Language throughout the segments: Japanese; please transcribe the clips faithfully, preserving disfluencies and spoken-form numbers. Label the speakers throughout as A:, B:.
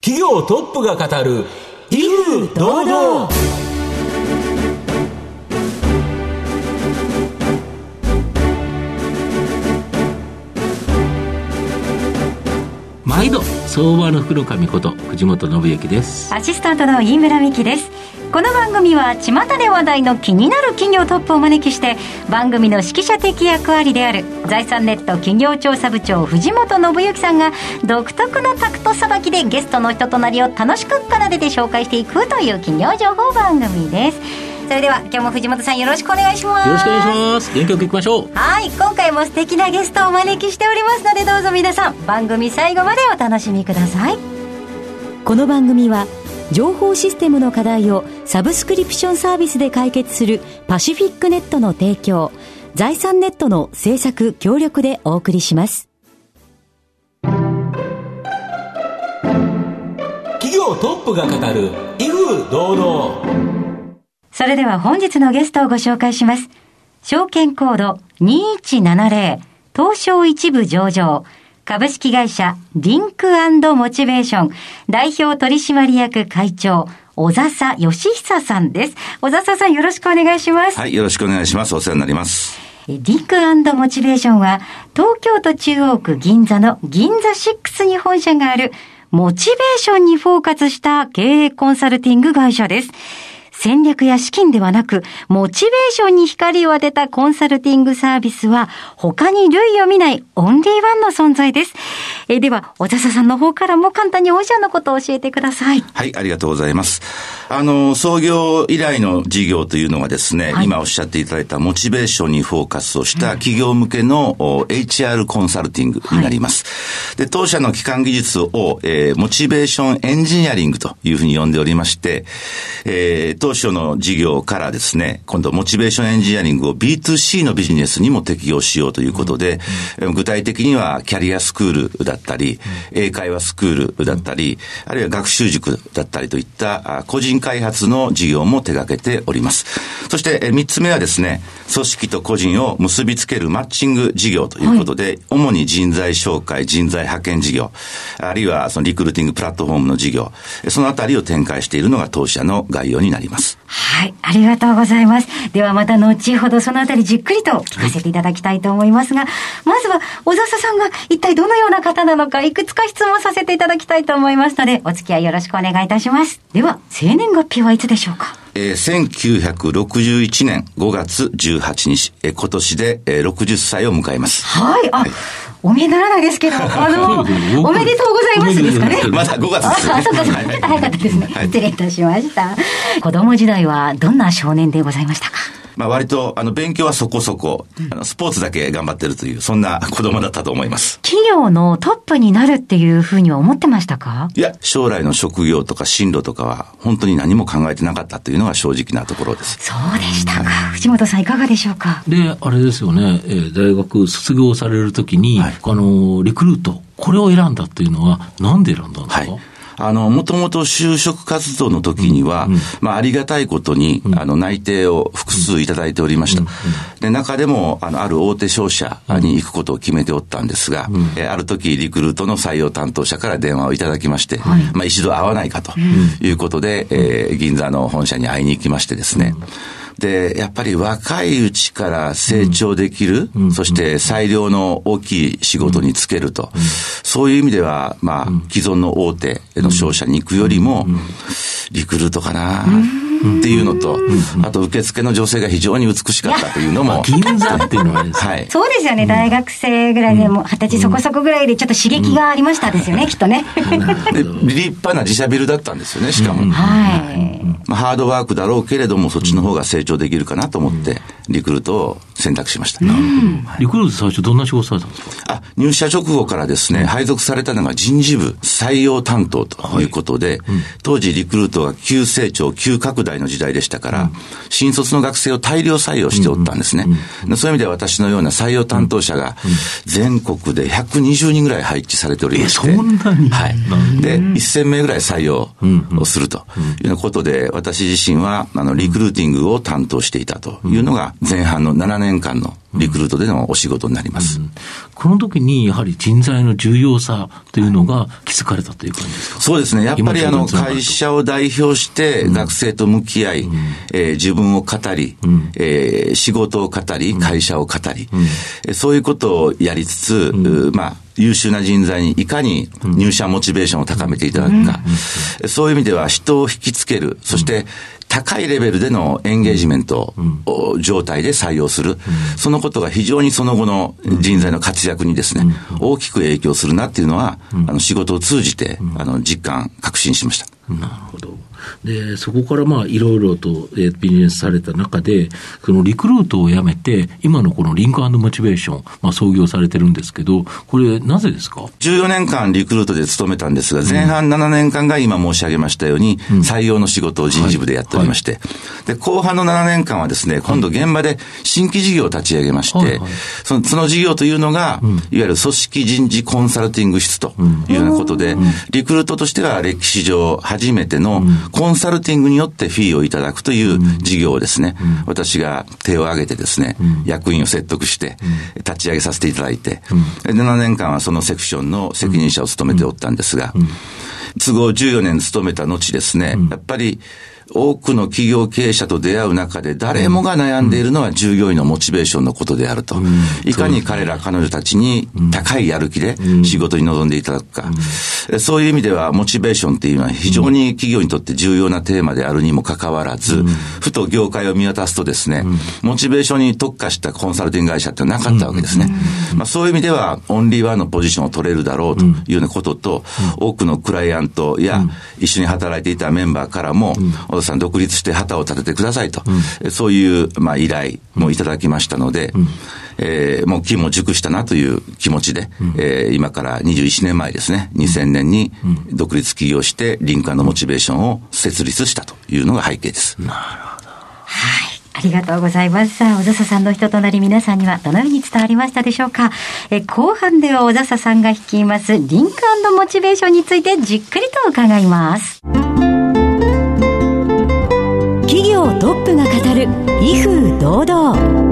A: 企業トップが語る威風堂々。
B: 毎度相場の福の神こと藤本信之です。
C: アシスタントの飯村美希です。この番組は巷で話題の気になる企業トップをお招きして、番組の指揮者的役割である財産ネット企業調査部長藤本信之さんが独特のタクトさばきでゲストの人となりを楽しく奏でて紹介していくという企業情報番組です。それでは今日も藤本さんよろしくお願いします。
B: よろしくお願いします。元気よくいきましょう。
C: はい、今回も素敵なゲストをお招きしておりますので、どうぞ皆さん番組最後までお楽しみください。
D: この番組は情報システムの課題をサブスクリプションサービスで解決するパシフィックネットの提供、財産ネットの制作協力でお送りします。
A: 企業トップが語る威風堂々。
C: それでは本日のゲストをご紹介します。証券コードにいちななゼロ、東証一部上場、株式会社リンク&モチベーション代表取締役会長小笹義久さんです。小笹さんよろしくお願いします。
E: はい、よろしくお願いします。お世話になります。
C: リンク&モチベーションは東京都中央区銀座の銀座シックスに本社があるモチベーションにフォーカスした経営コンサルティング会社です。戦略や資金ではなく、モチベーションに光を当てたコンサルティングサービスは、他に類を見ないオンリーワンの存在です。えー、では、小笹さんの方からも簡単に御社のことを教えてください。
E: はい、ありがとうございます。あの、創業以来の事業というのはですね、はい、今おっしゃっていただいたモチベーションにフォーカスをした企業向けの、うん、エイチアール コンサルティングになります。はい、で、当社の基幹技術を、えー、モチベーションエンジニアリングというふうに呼んでおりまして、えー、当初の事業からですね、今度モチベーションエンジニアリングを ビーツーシー のビジネスにも適用しようということで、うん、具体的にはキャリアスクールだったり、うん、英会話スクールだったり、うん、あるいは学習塾だったりといった個人開発の事業も手掛けております。そしてみっつめはですね、組織と個人を結びつけるマッチング事業ということで、はい、主に人材紹介、人材派遣事業、あるいはそのリクルーティングプラットフォームの事業、そのあたりを展開しているのが当社の概要になります。
C: はい、ありがとうございます。ではまた後ほどそのあたりじっくりと聞かせていただきたいと思いますが、はい、まずは小笹さんが一体どのような方なのか、いくつか質問させていただきたいと思いますので、お付き合いよろしくお願いいたします。では生年月日はいつでしょうか？
E: えー、せんきゅうひゃくろくじゅういちねんごがつじゅうはちにち、えー、今年で、えー、ろくじゅっさいを迎えます。
C: はい、あ、はい、お見えならないですけど、あの、おめでとうございますですかね。
E: まだごがつですね。
C: あ、そうか、そうか、ちょっと早かったですね。はい、失礼いたしました。子供時代はどんな少年でございましたか？
E: まあ割と、あの、勉強はそこそこ、あの、スポーツだけ頑張ってるという、そんな子供だったと思います。
C: 企業のトップになるっていうふうには思ってましたか？
E: いや、将来の職業とか進路とかは、本当に何も考えてなかったというのが正直なところです。
C: そうでしたか。はい、藤本さんいかがでしょうか？
B: で、あれですよね、えー、大学卒業されるときに、はい、あの、リクルート、これを選んだっていうのは、なんで選んだんですか？はい、
E: あの、もともと就職活動の時には、うんうん、まあ、ありがたいことに、うん、あの、内定を複数いただいておりました。うんうん、で、中でも、あの、ある大手商社に行くことを決めておったんですが、うん、えある時、リクルートの採用担当者から電話をいただきまして、はい、まあ、一度会わないかということで、うん、えー、銀座の本社に会いに行きましてですね、うん、で、やっぱり若いうちから成長できる、うん、そして裁量の大きい仕事に就けると、うん、そういう意味では、まあ、既存の大手の商社に行くよりも、リクルートかなっていうのと、あと受付の女性が非常に美しかったというのも。
B: 銀座っていうのはですね。
C: はい。そうですよね。大学生ぐらいでも、二十歳そこそこぐらいでちょっと刺激がありましたですよね、きっとね。
E: で、立派な自社ビルだったんですよね、しかも。はい。まあ、ハードワークだろうけれども、そっちの方が成長できるかなと思って、リクルートを選択しました。うん、
B: リクルート最初どんな仕事されたんですか？
E: あ、入社直後からですね、配属されたのが人事部採用担当ということで、はい、うん、当時リクルートが急成長、急拡大の時代でしたから、うん、新卒の学生を大量採用しておったんですね。うんうん、そういう意味では私のような採用担当者が全国でひゃくにじゅうにんぐらい配置されておりまして、
B: え、そんなに？
E: はい。で、せんめいぐらい採用をするというようなことで、私自身はあのリクルーティングを担当していたというのが前半のななねんかんのリクルートでのお仕事になります。
B: うん、この時にやはり人材の重要さというのが気づかれたという感じですか？
E: そうですね。やっぱりあの会社を代表して学生と向き合い、うんえー、自分を語り、うんえー、仕事を語り、会社を語り、うん、そういうことをやりつつ、うん、まあ優秀な人材にいかに入社モチベーションを高めていただくか、うん、そういう意味では人を引きつける、そして高いレベルでのエンゲージメントを状態で採用する、うん、そのことが非常にその後の人材の活躍にですね、うん、大きく影響するなっていうのは、うん、あの仕事を通じて、うん、あの実感確信しました。
B: なるほど。でそこからまあいろいろとビジネスされた中で、そのリクルートを辞めて今のこのリンク&モチベーション、まあ、創業されてるんですけど、これなぜですか？
E: じゅうよねんかんリクルートで勤めたんですが、前半ななねんかんが今申し上げましたように、うん、採用の仕事を人事部でやっておりまして、はいはい、で後半のななねんかんはですね、今度現場で新規事業を立ち上げまして、はいはい、その、その事業というのが、うん、いわゆる組織人事コンサルティング室というようなことで、うん、リクルートとしては歴史上初めてのコンサルティングによってフィーをいただくという事業をですね、うん、私が手を挙げてですね、うん、役員を説得して立ち上げさせていただいて、うん、ななねんかんはそのセクションの責任者を務めておったんですが、うんうん、都合じゅうよねん勤めた後ですね、うん、やっぱり多くの企業経営者と出会う中で誰もが悩んでいるのは従業員のモチベーションのことであると、うん、いかに彼ら彼女たちに高いやる気で仕事に臨んでいただくか、うん、そういう意味ではモチベーションっていうのは非常に企業にとって重要なテーマであるにもかかわらず、うん、ふと業界を見渡すとですね、うん、モチベーションに特化したコンサルティング会社ってなかったわけですね、うんまあ、そういう意味ではオンリーワンのポジションを取れるだろうというようなことと、うん、多くのクライアントや一緒に働いていたメンバーからも、うん小田さん独立して旗を立ててくださいと、うん、そういう、まあ、依頼もいただきましたので、うんえー、もう機も熟したなという気持ちで、うんえー、今からにじゅういちねんまえですね、にせんねんに独立起業してリンク&モチベーションを設立したというのが背景です。
B: なるほど。
C: はい。ありがとうございます。さあ、小笹さんの人となり皆さんにはどのように伝わりましたでしょうか。え後半では小笹さんが率いますリンク&モチベーションについてじっくりと伺います。
D: 企業トップが語る威風堂々。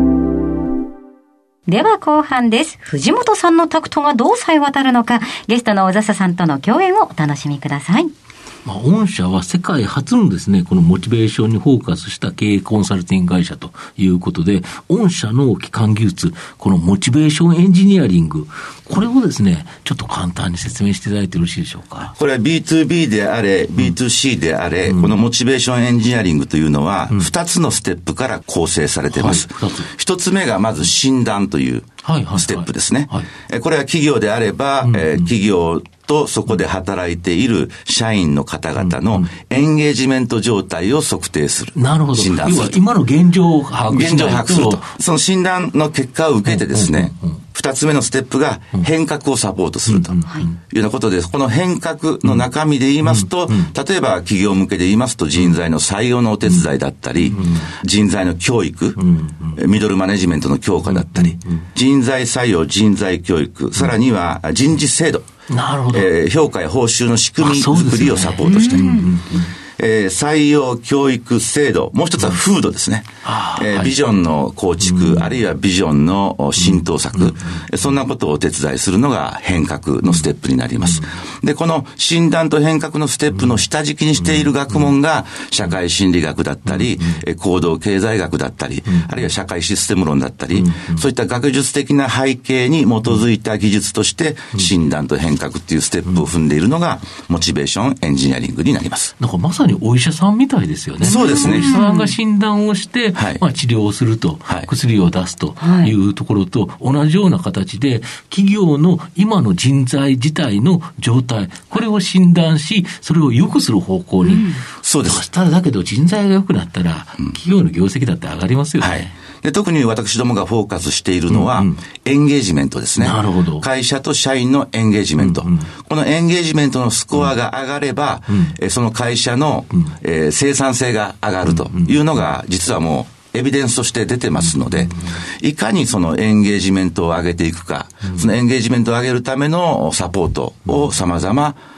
C: では後半です。藤本さんのタクトがどうさえ渡るのか、ゲストの小笹さんとの共演をお楽しみください。
B: まあ、御社は世界初のですね、このモチベーションにフォーカスした経営コンサルティング会社ということで、御社の基幹技術、このモチベーションエンジニアリング、これをですね、ちょっと簡単に説明していただいてよろしいでしょうか。
E: これは ビーツービー であれ、うん、ビーツーシー であれ、うん、このモチベーションエンジニアリングというのは、ふたつのステップから構成されています。はい、ひとつめがまず診断というステップですね。はいはいはい、これは企業であれば、うんえー、企業とそこで働いている社員の方々のエンゲージメント状態を測定する。
B: なるほど。
E: 診断する。
B: 今の現状を把握しないと。
E: 現状を把握すると。その診断の結果を受けてですね、うんうんうん、二つ目のステップが変革をサポートするというようなことです。この変革の中身で言いますと、例えば企業向けで言いますと人材の採用のお手伝いだったり、人材の教育、ミドルマネジメントの強化だったり、人材採用、人材教育、さらには人事制度、
B: なるほど。
E: えー、評価や報酬の仕組み作りをサポートしたり、えー、採用教育制度、もう一つは風土ですね、うんえー、ビジョンの構築、うん、あるいはビジョンの浸透策、うんうん、そんなことをお手伝いするのが変革のステップになります、うん、でこの診断と変革のステップの下敷きにしている学問が社会心理学だったり、うん、行動経済学だったり、うん、あるいは社会システム論だったり、うん、そういった学術的な背景に基づいた技術として診断と変革っていうステップを踏んでいるのがモチベーションエンジニアリングになります。
B: なんかまさにお医者さんみたいですよね。
E: そうですね。
B: お医者さんが診断をして、うんまあ、治療をすると、はい、薬を出すというところと同じような形で、企業の今の人材自体の状態、これを診断し、それを良くする方向に、うん、
E: そうです。
B: ただだけど人材が良くなったら、うん、企業の業績だって上がりますよね。はい
E: で特に私どもがフォーカスしているのは、うんうん、エンゲージメントですね。
B: なるほど。
E: 会社と社員のエンゲージメント。うんうん、このエンゲージメントのスコアが上がれば、うんえその会社の、うんえー、生産性が上がるというのが、実はもうエビデンスとして出てますので、いかにそのエンゲージメントを上げていくか、そのエンゲージメントを上げるためのサポートを様々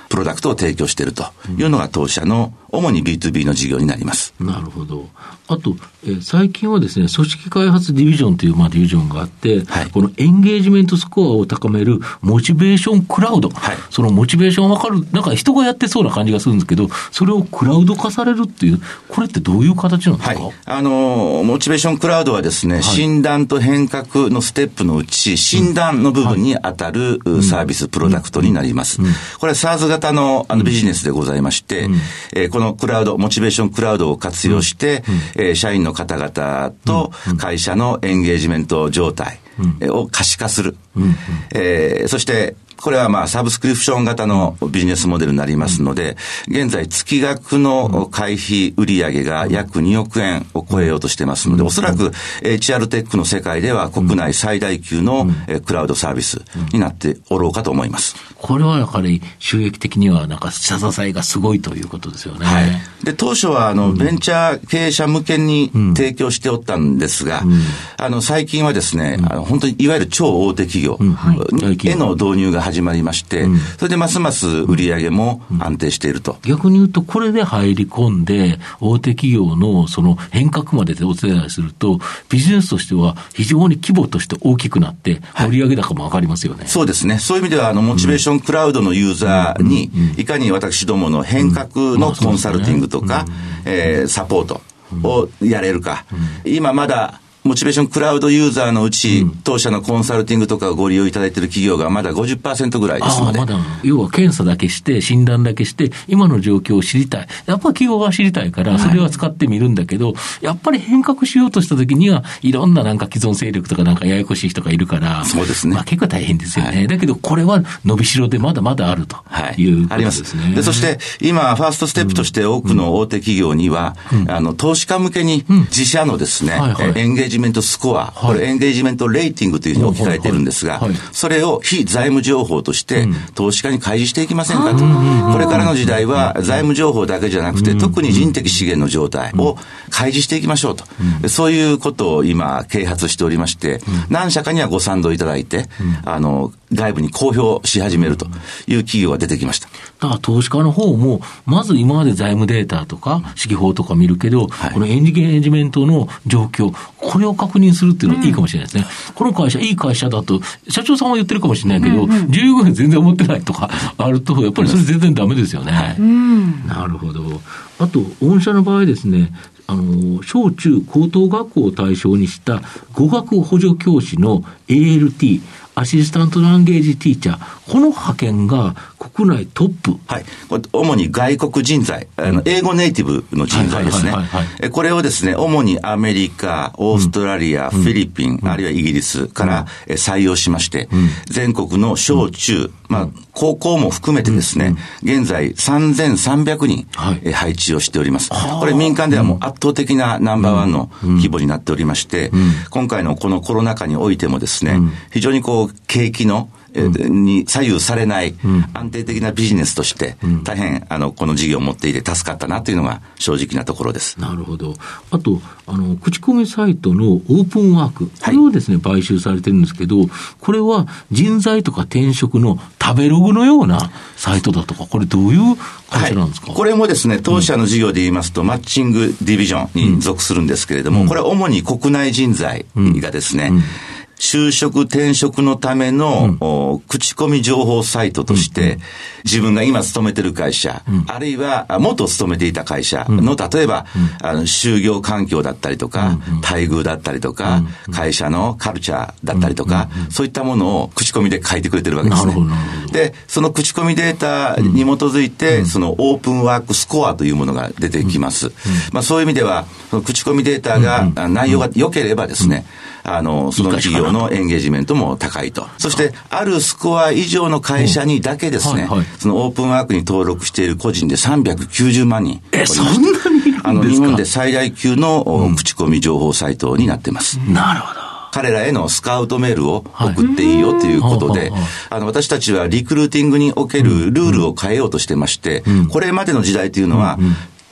E: プロダクトを提供しているというのが当社の主に ビーツービー の事業になります。
B: なるほど。あと、えー、最近はですね、組織開発ディビジョンという、まあ、ディビジョンがあって、はい、このエンゲージメントスコアを高めるモチベーションクラウド、はい、そのモチベーションわかる、なんか人がやってそうな感じがするんですけど、それをクラウド化されるっていう、これってどういう形なんですか？
E: はい、あのモチベーションクラウドはですね、はい、診断と変革のステップのうち診断の部分に当たるサービスプロダクトになります。うんうん、これは SaaS 型の、あのビジネスでございまして、うんえー、このクラウドモチベーションクラウドを活用して、うんえー、社員の方々と会社のエンゲージメント状態を可視化する、うんえー、そしてこれはまあサブスクリプション型のビジネスモデルになりますので、現在月額の会費売上が約におくえんを超えようとしてますので、おそらく エイチアール テックの世界では国内最大級のクラウドサービスになっておろうかと思います。
B: これはやはり収益的にはなんか下支えがすごいということですよね。
E: はい。で、当初はあのベンチャー経営者向けに提供しておったんですが、あの最近はですね、あの本当にいわゆる超大手企業への導入が始まりまして、うん、それでますます売り上げも安定していると、
B: うん、逆に言うとこれで入り込んで大手企業のその変革まででお手伝いするとビジネスとしては非常に規模として大きくなって売上高も上がりますよね。はい、
E: そうですね。そういう意味ではあのモチベーションクラウドのユーザーにいかに私どもの変革のコンサルティングとか、うんえー、サポートをやれるか、うん、今まだモチベーションクラウドユーザーのうち、うん、当社のコンサルティングとかをご利用いただいている企業がまだ ごじゅっパーセント ぐらいですので。
B: あまだ要は検査だけして診断だけして今の状況を知りたい。やっぱり企業が知りたいからそれは使ってみるんだけど、はい、やっぱり変革しようとした時にはいろんななんか既存勢力とかなんかややこしい人がいるから、
E: そうですね。
B: まあ、結構大変ですよね。はい、だけどこれは伸びしろでまだまだあるということですね。はい、あります。
E: でそして今ファーストステップとして多くの大手企業には、うん、あの投資家向けに自社のですね、うんはいはい、エンゲージメントスコアこれエンゲージメントレーティングというふうに置き換えてるんですが、はいはいはい、それを非財務情報として投資家に開示していきませんかと、うん、これからの時代は財務情報だけじゃなくて、うん、特に人的資源の状態を開示していきましょうと、うん、そういうことを今啓発しておりまして、うん、何社かにはご賛同いただいて、うん、あの外部に公表し始めるという企業が出てきました。
B: だから投資家の方もまず今まで財務データとか指揮法とか見るけど、はい、このエンゲージメントの状況これを確認するっていうのはいいかもしれないですね。うん、この会社いい会社だと社長さんは言ってるかもしれないけど、うんうん、従業員全然思ってないとかあるとやっぱりそれ全然ダメですよね。はい、うんなるほど。あと御社の場合ですね、あの小中高等学校を対象にした語学補助教師の エーエルティーアシスタントランゲージティーチャー、この派遣が国内トップ。
E: はい。これ主に外国人材、あの英語ネイティブの人材ですね。これをですね、主にアメリカ、オーストラリア、うん、フィリピン、うん、あるいはイギリスから採用しまして、うん、全国の小中、うん、まあ、高校も含めてですね、うん、現在さんぜんさんびゃくにん、はい、配置をしております。これ民間ではもう圧倒的なナンバーワンの規模になっておりまして、うんうん、今回のこのコロナ禍においてもですね、うん、非常にこう景気のに左右されない安定的なビジネスとして大変あのこの事業を持っていて助かったなというのが正直なところです。
B: なるほど。あとあの口コミサイトのオープンワーク、これをですね、はい、買収されてるんですけど、これは人材とか転職の食べログのようなサイトだとか、これどういう会社なんですか？
E: はい、これもですね、当社の事業で言いますと、うん、マッチングディビジョンに属するんですけれども、うん、これは主に国内人材がですね、うんうん就職転職のための、うん、口コミ情報サイトとして、うん、自分が今勤めてる会社、うん、あるいは元勤めていた会社の、うん、例えば、うん、あの就業環境だったりとか、うん、待遇だったりとか、うん、会社のカルチャーだったりとか、うん、そういったものを口コミで書いてくれてるわけですね。で、その口コミデータに基づいて、うん、そのオープンワークスコアというものが出てきます。うんまあ、そういう意味ではその口コミデータが、うん、内容が良ければですね、うん、あのその企業のエンゲージメントも高いと。そしてあるスコア以上の会社にだけですね、はいはい、そのオープンワークに登録している個人でさんびゃくきゅうじゅうまんにん。
B: え、そんなにいるんですか？
E: あの日本で最大級の、うん、口コミ情報サイトになっています。
B: なるほど。
E: 彼らへのスカウトメールを送っていいよということで、はい、あの私たちはリクルーティングにおけるルールを変えようとしてまして、うん、これまでの時代というのは、うんうん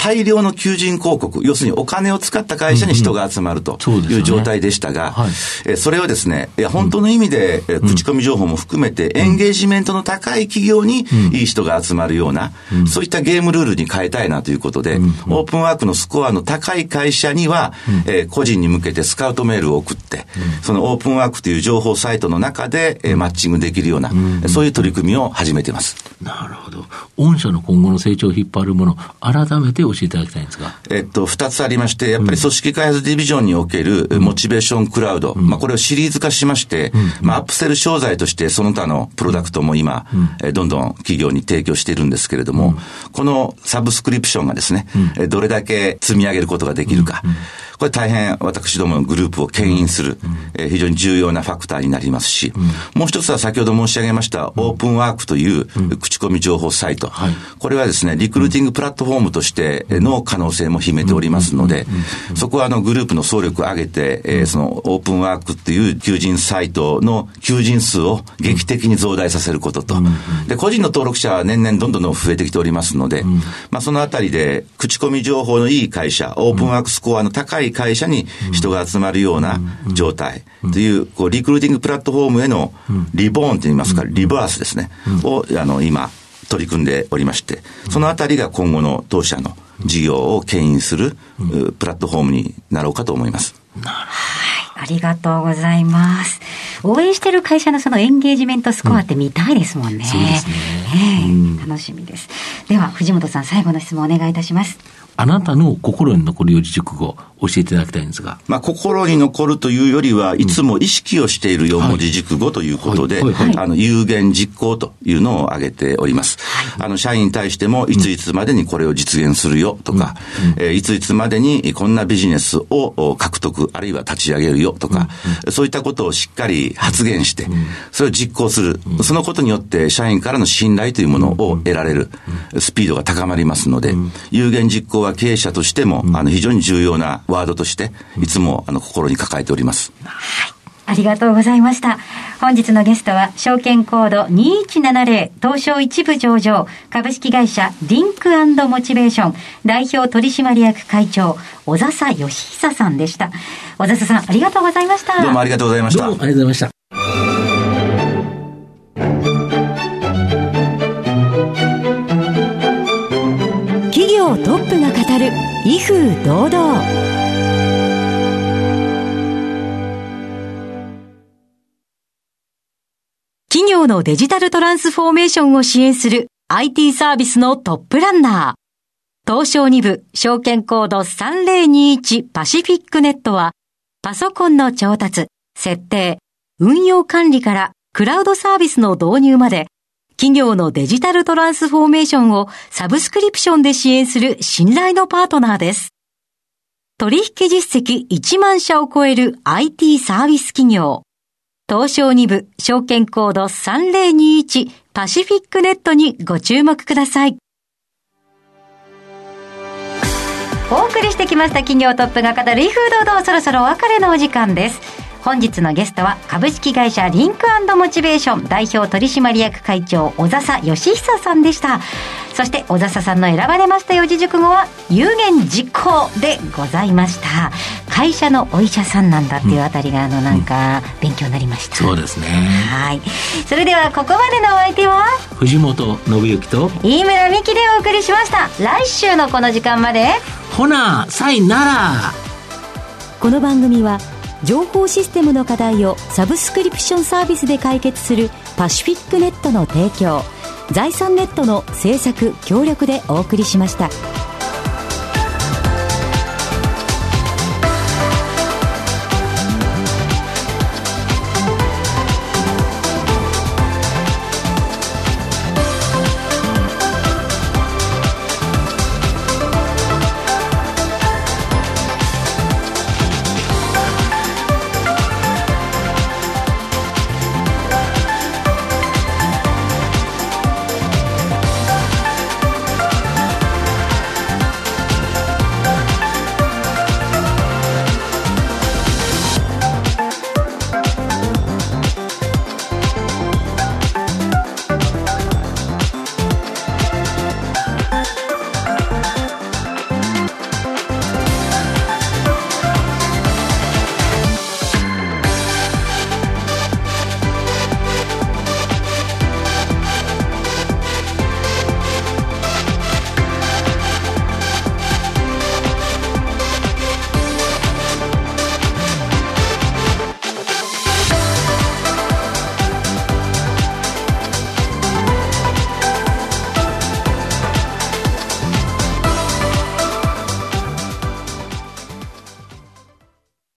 E: 大量の求人広告、要するにお金を使った会社に人が集まるという状態でしたが、
B: はい、
E: えそれをですね、いや本当の意味で、うん、口コミ情報も含めてエンゲージメントの高い企業にいい人が集まるような、うん、そういったゲームルールに変えたいなということで、うん、オープンワークのスコアの高い会社には、うんえー、個人に向けてスカウトメールを送って、うん、そのオープンワークという情報サイトの中で、えー、マッチングできるような、うん、そういう取り組みを始めています。
B: なるほど。御社の今後の成長を引っ張るもの、改めて教えていただきたいんですが。
E: えっと、二つありまして、やっぱり組織開発ディビジョンにおけるモチベーションクラウド、うん、まあこれをシリーズ化しまして、うん、まあアップセル商材としてその他のプロダクトも今、うんえー、どんどん企業に提供しているんですけれども、うん、このサブスクリプションがですね、うん、どれだけ積み上げることができるか、うんうん、これ大変私どものグループを牽引する、うんえー、非常に重要なファクターになりますし、うん、もう一つは先ほど申し上げましたオープンワークという口コミ情報サイト、うんはい、これはですねリクルーティングプラットフォームとしての可能性も秘めておりますので、そこはあのグループの総力を挙げて、えー、そのオープンワークっていう求人サイトの求人数を劇的に増大させることと、で個人の登録者は年々どんどんどん増えてきておりますので、まあ、そのあたりで口コミ情報のいい会社、オープンワークスコアの高い会社に人が集まるような状態という、こうリクルーティングプラットフォームへのリボーンといいますか、リバースですね、をあの今取り組んでおりまして、そのあたりが今後の当社の事業を牽引するプラットフォームになろうかと思います。
C: はい、ありがとうございます。応援している会社のそのエンゲージメントスコアって見たいですもんね。うん、そうですね、えー、楽しみです。では藤本さん、最後の質問お願いいたします。
B: あなたの心に残る四字熟語教えていただきたいんですが、
E: まあ、心に残るというよりはいつも意識をしている四文字熟語ということで、あの有言実行というのを挙げております。はい、あの社員に対してもいついつまでにこれを実現するよとか、うんうんえー、いついつまでにこんなビジネスを獲得あるいは立ち上げるよとか、うんうん、そういったことをしっかり発言して、うん、それを実行する、うん、そのことによって社員からの信頼というものを得られる、うん、スピードが高まりますので、うん、有言実行は経営者としても、うん、あの非常に重要なワードとしていつもあの心に抱えております。
C: はい、ありがとうございました。本日のゲストは証券コードにいちななゼロ東証一部上場株式会社リンク&モチベーション代表取締役会長小笹義久さんでした。小笹さん、ありがとうございました。
E: どうもありがとうございました。
B: どうもありがとうございました。
D: 企業トップが語る威風堂々。企業のデジタルトランスフォーメーションを支援する アイティー サービスのトップランナー。東証に部証券コードさんぜろにいちパシフィックネットはパソコンの調達、設定、運用管理からクラウドサービスの導入まで企業のデジタルトランスフォーメーションをサブスクリプションで支援する信頼のパートナーです。取引実績いちまん社を超える アイティー サービス企業。東証に部証券コードさんぜろにいちパシフィックネットにご注目ください。
C: お送りしてきました企業トップが語る威風堂々、そろそろお別れのお時間です。本日のゲストは株式会社リンク&モチベーション代表取締役会長小笹義久さんでした。そして小笹さんの選ばれました四字熟語は有言実行でございました。会社のお医者さんなんだっていうあたりが、うん、あのなんか勉強になりました。
B: そうですね。
C: はい。それではここまでのお相手は
B: 藤本信之と
C: 飯村美希でお送りしました。来週のこの時間まで
B: ほなさいなら。
D: この番組は情報システムの課題をサブスクリプションサービスで解決するパシフィックネットの提供、財産ネットの制作協力でお送りしました。